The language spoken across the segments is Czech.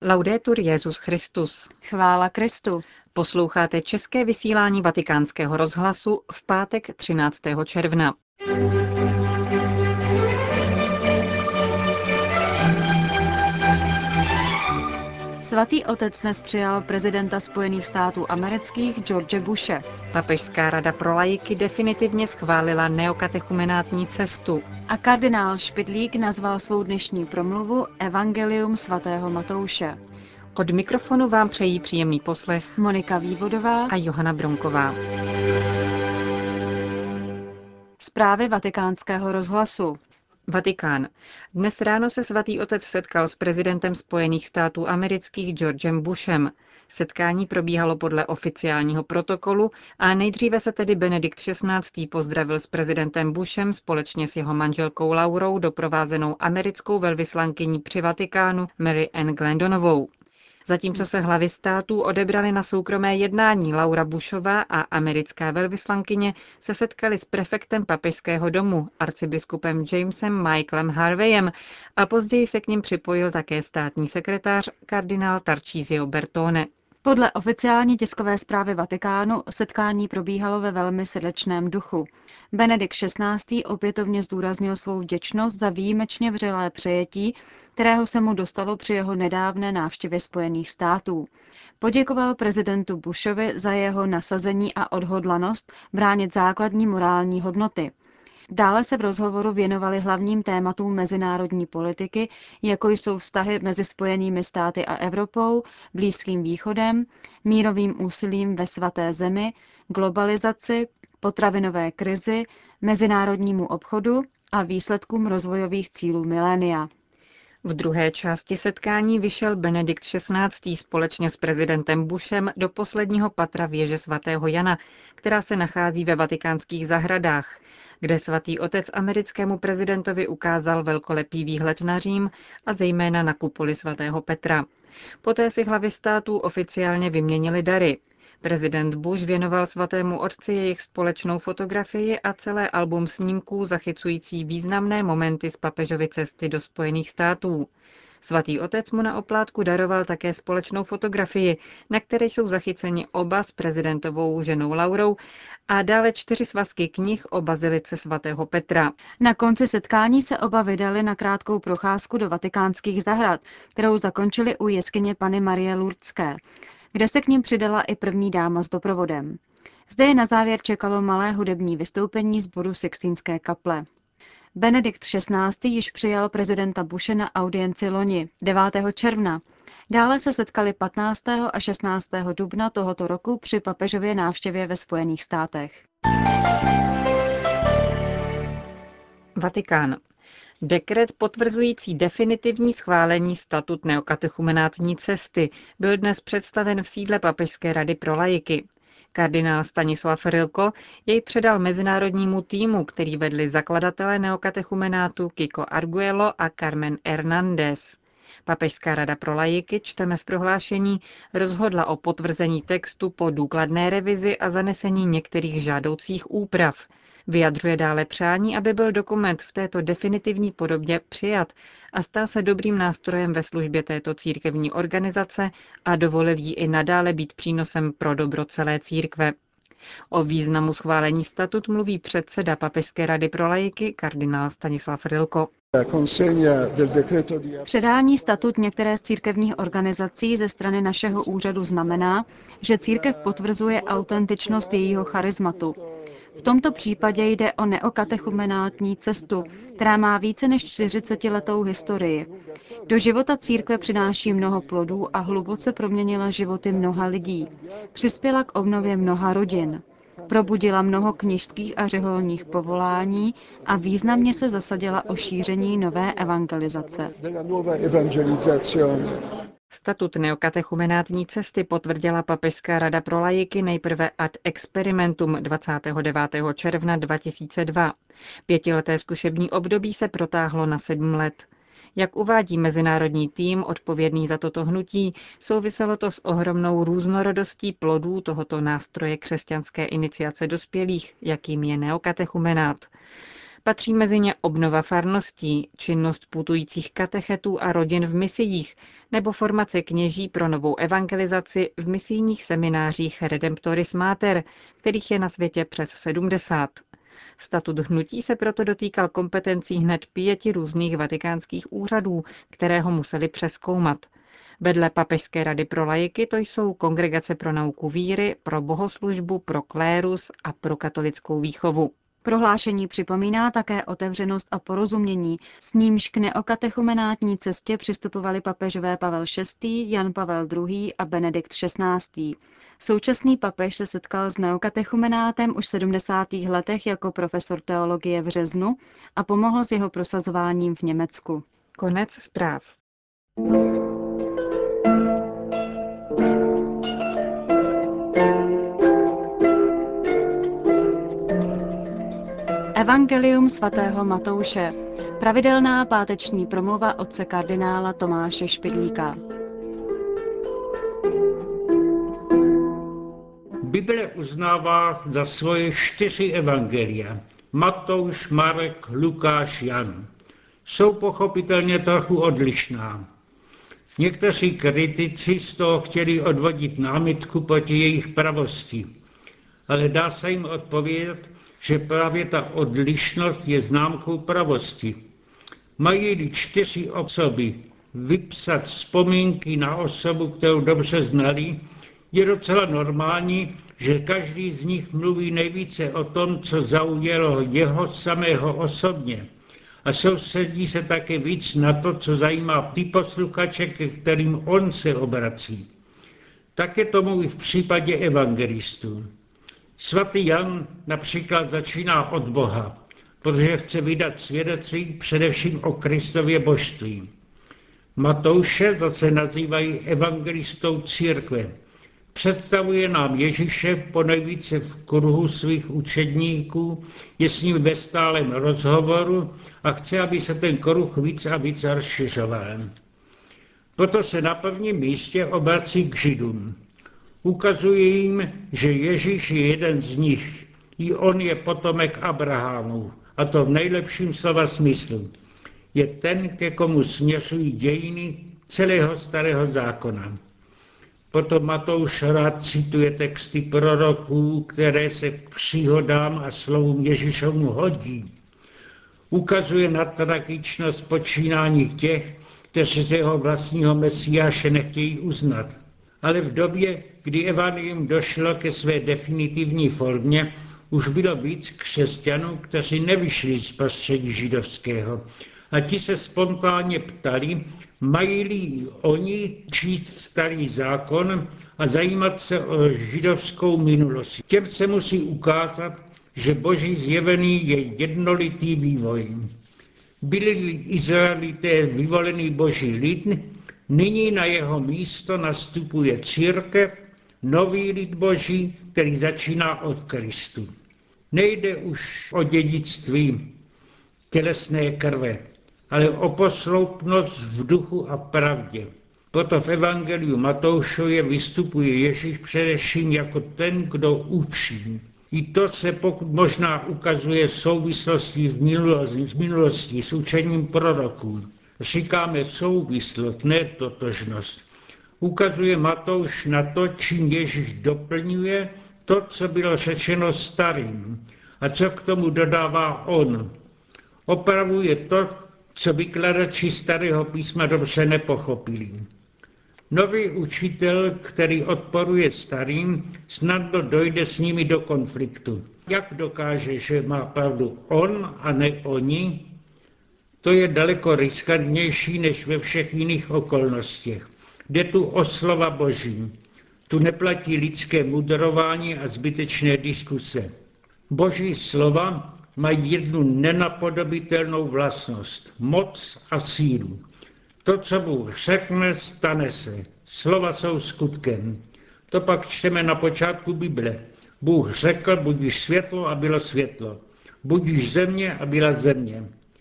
Laudetur Jesus Christus. Chvála Kristu. Posloucháte české vysílání Vatikánského rozhlasu v pátek 13. června. Svatý otec dnes přijal prezidenta Spojených států amerických George Bushe. Papežská rada pro laiky definitivně schválila neokatechumenátní cestu. A kardinál Špidlík nazval svou dnešní promluvu Evangelium svatého Matouše. Od mikrofonu vám přejí příjemný poslech Monika Vývodová a Johana Bronková. Zprávy Vatikánského rozhlasu. Vatikán. Dnes ráno se svatý otec setkal s prezidentem Spojených států amerických Georgem Bushem. Setkání probíhalo podle oficiálního protokolu a nejdříve se tedy Benedikt XVI. Pozdravil s prezidentem Bushem společně s jeho manželkou Laurou, doprovázenou americkou velvyslankyní při Vatikánu Mary Ann Glandonovou. Zatímco se hlavy států odebrali na soukromé jednání, Laura Bushová a americká velvyslankyně se setkali s prefektem papežského domu, arcibiskupem Jamesem Michaelem Harveyem, a později se k nim připojil také státní sekretář kardinál Tarcísio Bertone. Podle oficiální tiskové zprávy Vatikánu setkání probíhalo ve velmi srdečném duchu. Benedikt XVI. Opětovně zdůraznil svou vděčnost za výjimečně vřelé přijetí, kterého se mu dostalo při jeho nedávné návštěvě Spojených států. Poděkoval prezidentu Bushovi za jeho nasazení a odhodlanost bránit základní morální hodnoty. Dále se v rozhovoru věnovali hlavním tématům mezinárodní politiky, jako jsou vztahy mezi Spojenými státy a Evropou, Blízkým východem, mírovým úsilím ve svaté zemi, globalizaci, potravinové krizi, mezinárodnímu obchodu a výsledkům rozvojových cílů milénia. V druhé části setkání vyšel Benedikt XVI. Společně s prezidentem Bushem do posledního patra věže svatého Jana, která se nachází ve vatikánských zahradách, kde svatý otec americkému prezidentovi ukázal velkolepý výhled na Řím a zejména na kupoli svatého Petra. Poté si hlavy států oficiálně vyměnili dary. Prezident Bush věnoval svatému otci jejich společnou fotografii a celé album snímků zachycující významné momenty z papežovy cesty do Spojených států. Svatý otec mu na oplátku daroval také společnou fotografii, na které jsou zachyceni oba s prezidentovou ženou Laurou a dále 4 svazky knih o bazilice svatého Petra. Na konci setkání se oba vydali na krátkou procházku do vatikánských zahrad, kterou zakončili u jeskyně Panny Marie Lurdské, kde se k nim přidala i první dáma s doprovodem. Zde je na závěr čekalo malé hudební vystoupení sboru Sixtínské kaple. Benedikt XVI. Již přijal prezidenta Bushe na audienci loni 9. června. Dále se setkali 15. a 16. dubna tohoto roku při papežově návštěvě ve Spojených státech. Vatikán. Dekret potvrzující definitivní schválení statut neokatechumenátní cesty byl dnes představen v sídle Papežské rady pro laiky. Kardinál Stanislav Rilko jej předal mezinárodnímu týmu, který vedli zakladatelé neokatechumenátu Kiko Arguello a Carmen Hernández. Papežská rada pro laiky, čteme v prohlášení, rozhodla o potvrzení textu po důkladné revizi a zanesení některých žádoucích úprav. Vyjadřuje dále přání, aby byl dokument v této definitivní podobě přijat a stal se dobrým nástrojem ve službě této církevní organizace a dovolil jí i nadále být přínosem pro dobro celé církve. O významu schválení statut mluví předseda Papežské rady pro laiky kardinál Stanislav Rilko. Předání statut některé z církevních organizací ze strany našeho úřadu znamená, že církev potvrzuje autentičnost jejího charizmatu. V tomto případě jde o neokatechumenátní cestu, která má více než 40letou historii. Do života církve přináší mnoho plodů a hluboce proměnila životy mnoha lidí. Přispěla k obnově mnoha rodin. Probudila mnoho kněžských a řeholních povolání a významně se zasadila o šíření nové evangelizace. Statut neokatechumenátní cesty potvrdila Papežská rada pro laiky nejprve ad experimentum 29. června 2002. 5leté zkušební období se protáhlo na 7 let. Jak uvádí mezinárodní tým odpovědný za toto hnutí, souviselo to s ohromnou různorodostí plodů tohoto nástroje křesťanské iniciace dospělých, jakým je neokatechumenát. Patří mezi ně obnova farností, činnost putujících katechetů a rodin v misiích nebo formace kněží pro novou evangelizaci v misijních seminářích Redemptoris Mater, kterých je na světě přes 70. Statut hnutí se proto dotýkal kompetencí hned 5 různých vatikánských úřadů, které ho museli přezkoumat. Vedle Papežské rady pro laiky to jsou Kongregace pro nauku víry, pro bohoslužbu, pro klérus a pro katolickou výchovu. Prohlášení připomíná také otevřenost a porozumění, s nímž k neokatechumenátní cestě přistupovali papežové Pavel VI., Jan Pavel II. A Benedikt XVI. Současný papež se setkal s neokatechumenátem už v 70. letech jako profesor teologie v Řeznu a pomohl s jeho prosazováním v Německu. Konec zpráv. Evangelium svatého Matouše. Pravidelná páteční promluva otce kardinála Tomáše Špidlíka. Bible uznává za svoje 4 evangelia. Matouš, Marek, Lukáš, Jan. Jsou pochopitelně trochu odlišná. Někteří kritici z toho chtěli odvodit námitku proti jejich pravosti, ale dá se jim odpovědět, že právě ta odlišnost je známkou pravosti. Mají-li 4 osoby vypsat vzpomínky na osobu, kterou dobře znali, je docela normální, že každý z nich mluví nejvíce o tom, co zaujalo jeho samého osobně. A soustředí se také víc na to, co zajímá ty posluchače, ke kterým on se obrací. Tak je tomu i v případě evangelistů. Svatý Jan například začíná od Boha, protože chce vydat svědectví především o Kristově božství. Matouše zase nazývají evangelistou církve. Představuje nám Ježíše ponejvíce v kruhu svých učedníků, je s ním ve stálem rozhovoru a chce, aby se ten kruh víc a víc rozšiřoval. Proto se na prvním místě obrací k Židům. Ukazuje jim, že Ježíš je jeden z nich. I on je potomek Abrahamu, a to v nejlepším slova smyslu. Je ten, ke komu směřují dějiny celého starého zákona. Proto Matouš rád cituje texty proroků, které se k příhodám a slovům Ježíšovu hodí. Ukazuje na tragičnost počínání těch, kteří z jeho vlastního Mesiáše nechtějí uznat. Ale v době, kdy evangelium došlo ke své definitivní formě, už bylo víc křesťanů, kteří nevyšli z prostředí židovského. A ti se spontánně ptali, mají-li oni číst starý zákon a zajímat se o židovskou minulost. Těm se musí ukázat, že Boží zjevený je jednolitý vývoj. Byli Izraelité vyvolený Boží lid, nyní na jeho místo nastupuje církev, nový lid Boží, který začíná od Kristu. Nejde už o dědictví tělesné krve, ale o posloupnost v duchu a pravdě. Proto v evangeliu Matoušově vystupuje Ježíš především jako ten, kdo učí. I to se pokud možná ukazuje souvislostí s minulostí, s učením proroků. Říkáme souvislost, ne totožnost. Ukazuje Matouš na to, čím Ježíš doplňuje to, co bylo řečeno starým a co k tomu dodává on. Opravuje to, co vykladači starého písma dobře nepochopili. Nový učitel, který odporuje starým, snadno dojde s nimi do konfliktu. Jak dokáže, že má pravdu on a ne oni? To je daleko riskantnější než ve všech jiných okolnostech. Jde tu o slova Boží. Tu neplatí lidské mudrování a zbytečné diskuse. Boží slova mají jednu nenapodobitelnou vlastnost, moc a sílu. To, co Bůh řekne, stane se. Slova jsou skutkem. To pak čteme na počátku Bible. Bůh řekl, budiš světlo a bylo světlo. Budiš země a byla země.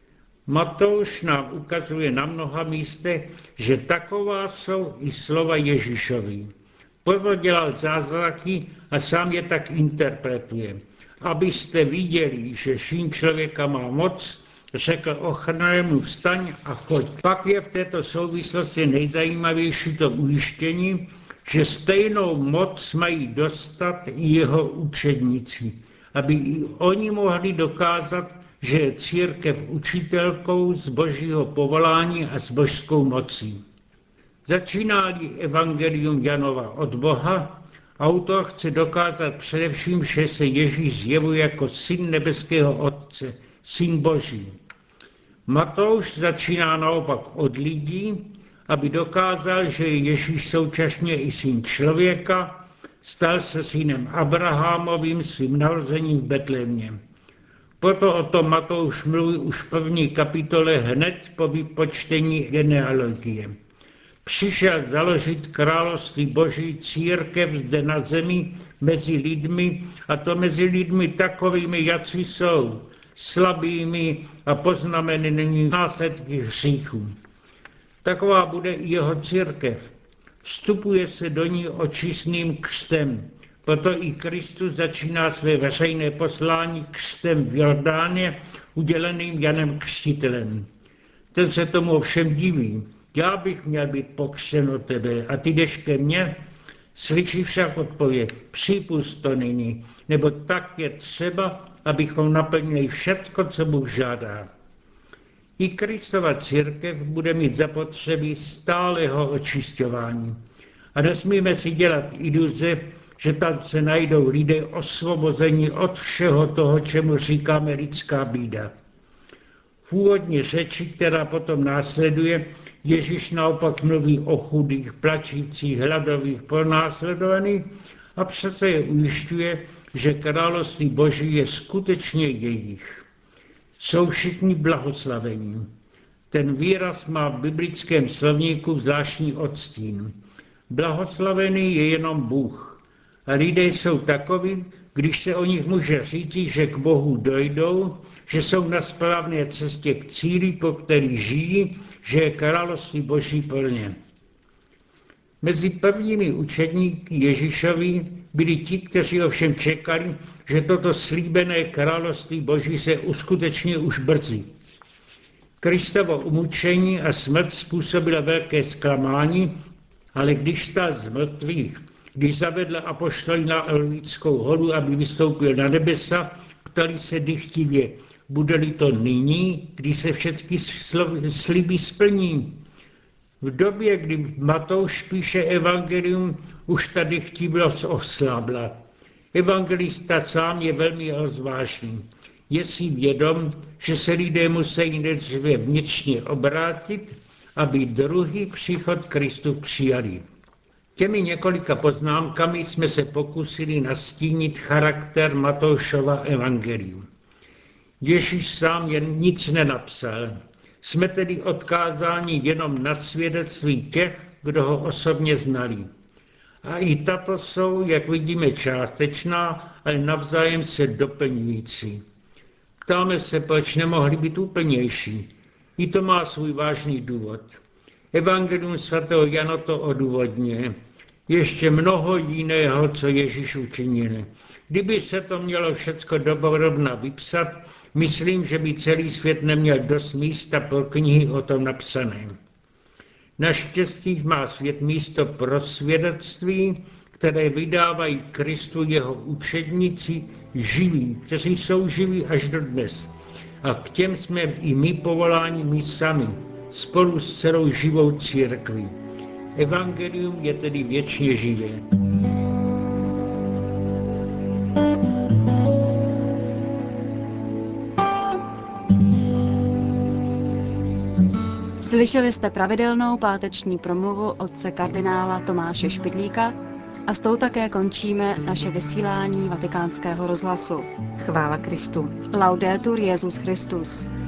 Matouš nám ukazuje na mnoha místech, že taková jsou i slova Ježíšovi. Proto dělal zázraky a sám je tak interpretuje. Abyste viděli, že Syn člověka má moc, řekl ochrnému vstaň a choď. Pak je v této souvislosti nejzajímavější to ujištění, že stejnou moc mají dostat i jeho učedníci, aby i oni mohli dokázat, že je církev učitelkou z božího povolání a s božskou mocí. Začíná-li evangelium Janova od Boha, autor chce dokázat především, že se Ježíš zjevuje jako syn nebeského Otce, syn Boží. Matouš začíná naopak od lidí, aby dokázal, že je Ježíš současně i syn člověka, stal se synem Abrahamovým svým narozením v Betlémě. Proto o tom Matouš mluví už v první kapitole hned po vypočtení genealogie. Přišel založit království Boží, církev zde na zemi mezi lidmi, a to mezi lidmi takovými, jací jsou, slabými a poznamenými následky hříchů. Taková bude i jeho církev. Vstupuje se do ní očistným křtem. Proto i Kristus začíná své veřejné poslání křtem v Jordáně, uděleným Janem Křtitelem. Ten se tomu ovšem diví. Já bych měl být pokřtěn od tebe a ty jdeš ke mně? Slyší však odpověď, připust to nyní, nebo tak je třeba, abychom naplnili všecko, co Bůh žádá. I Kristova církev bude mít zapotřebí stálého očišťování. A nesmíme si dělat iluze, že tam se najdou lidé osvobození od všeho toho, čemu říkáme lidská bída. V úvodní řeči, která potom následuje, Ježíš naopak mluví o chudých, plačících, hladových, pronásledovaných a přece je ujišťuje, že království Boží je skutečně jejich. Jsou všichni blahoslavení. Ten výraz má v biblickém slovníku zvláštní odstín. Blahoslavený je jenom Bůh. A lidé jsou takoví, když se o nich může říci, že k Bohu dojdou, že jsou na správné cestě k cíli, po který žijí, že je království Boží plně. Mezi prvními učedníky Ježíšovi byli ti, kteří ovšem čekali, že toto slíbené království Boží se uskuteční už brzy. Kristovo umučení a smrt způsobila velké zklamání, ale když vstal z mrtvých, když zavedl apoštoly na Olivickou horu, aby vystoupil na nebesa, ptali se dychtivě, bude-li to nyní, kdy se všechny sliby splní. V době, kdy Matouš píše evangelium, už ta dychtivost oslábla. Evangelista sám je velmi rozvážný. Je si vědom, že se lidé musí nejdříve vnitřně obrátit, aby druhý příchod Kristu přijali. Těmi několika poznámkami jsme se pokusili nastínit charakter Matoušova evangelium. Ježíš sám jen nic nenapsal. Jsme tedy odkázáni jenom na svědectví těch, kdo ho osobně znali. A i tato jsou, jak vidíme, částečná, ale navzájem se doplňující. Ptáme se, proč nemohli být úplnější. I to má svůj vážný důvod. Evangelium svatého Jana to odůvodňuje. Ještě mnoho jiného, co Ježíš učinil. Kdyby se to mělo všecko dopodrobna vypsat, myslím, že by celý svět neměl dost místa pro knihy o tom napsané. Naštěstí má svět místo pro svědectví, které vydávají Kristu jeho učedníci živí, kteří jsou živí až do dnes. A k těm jsme i my povoláni my sami, spolu s celou živou církví. Evangelium je tedy věčně živé. Slyšeli jste pravidelnou páteční promluvu otce kardinála Tomáše Špidlíka a s tou také končíme naše vysílání Vatikánského rozhlasu. Chvála Kristu. Laudetur Jesus Christus.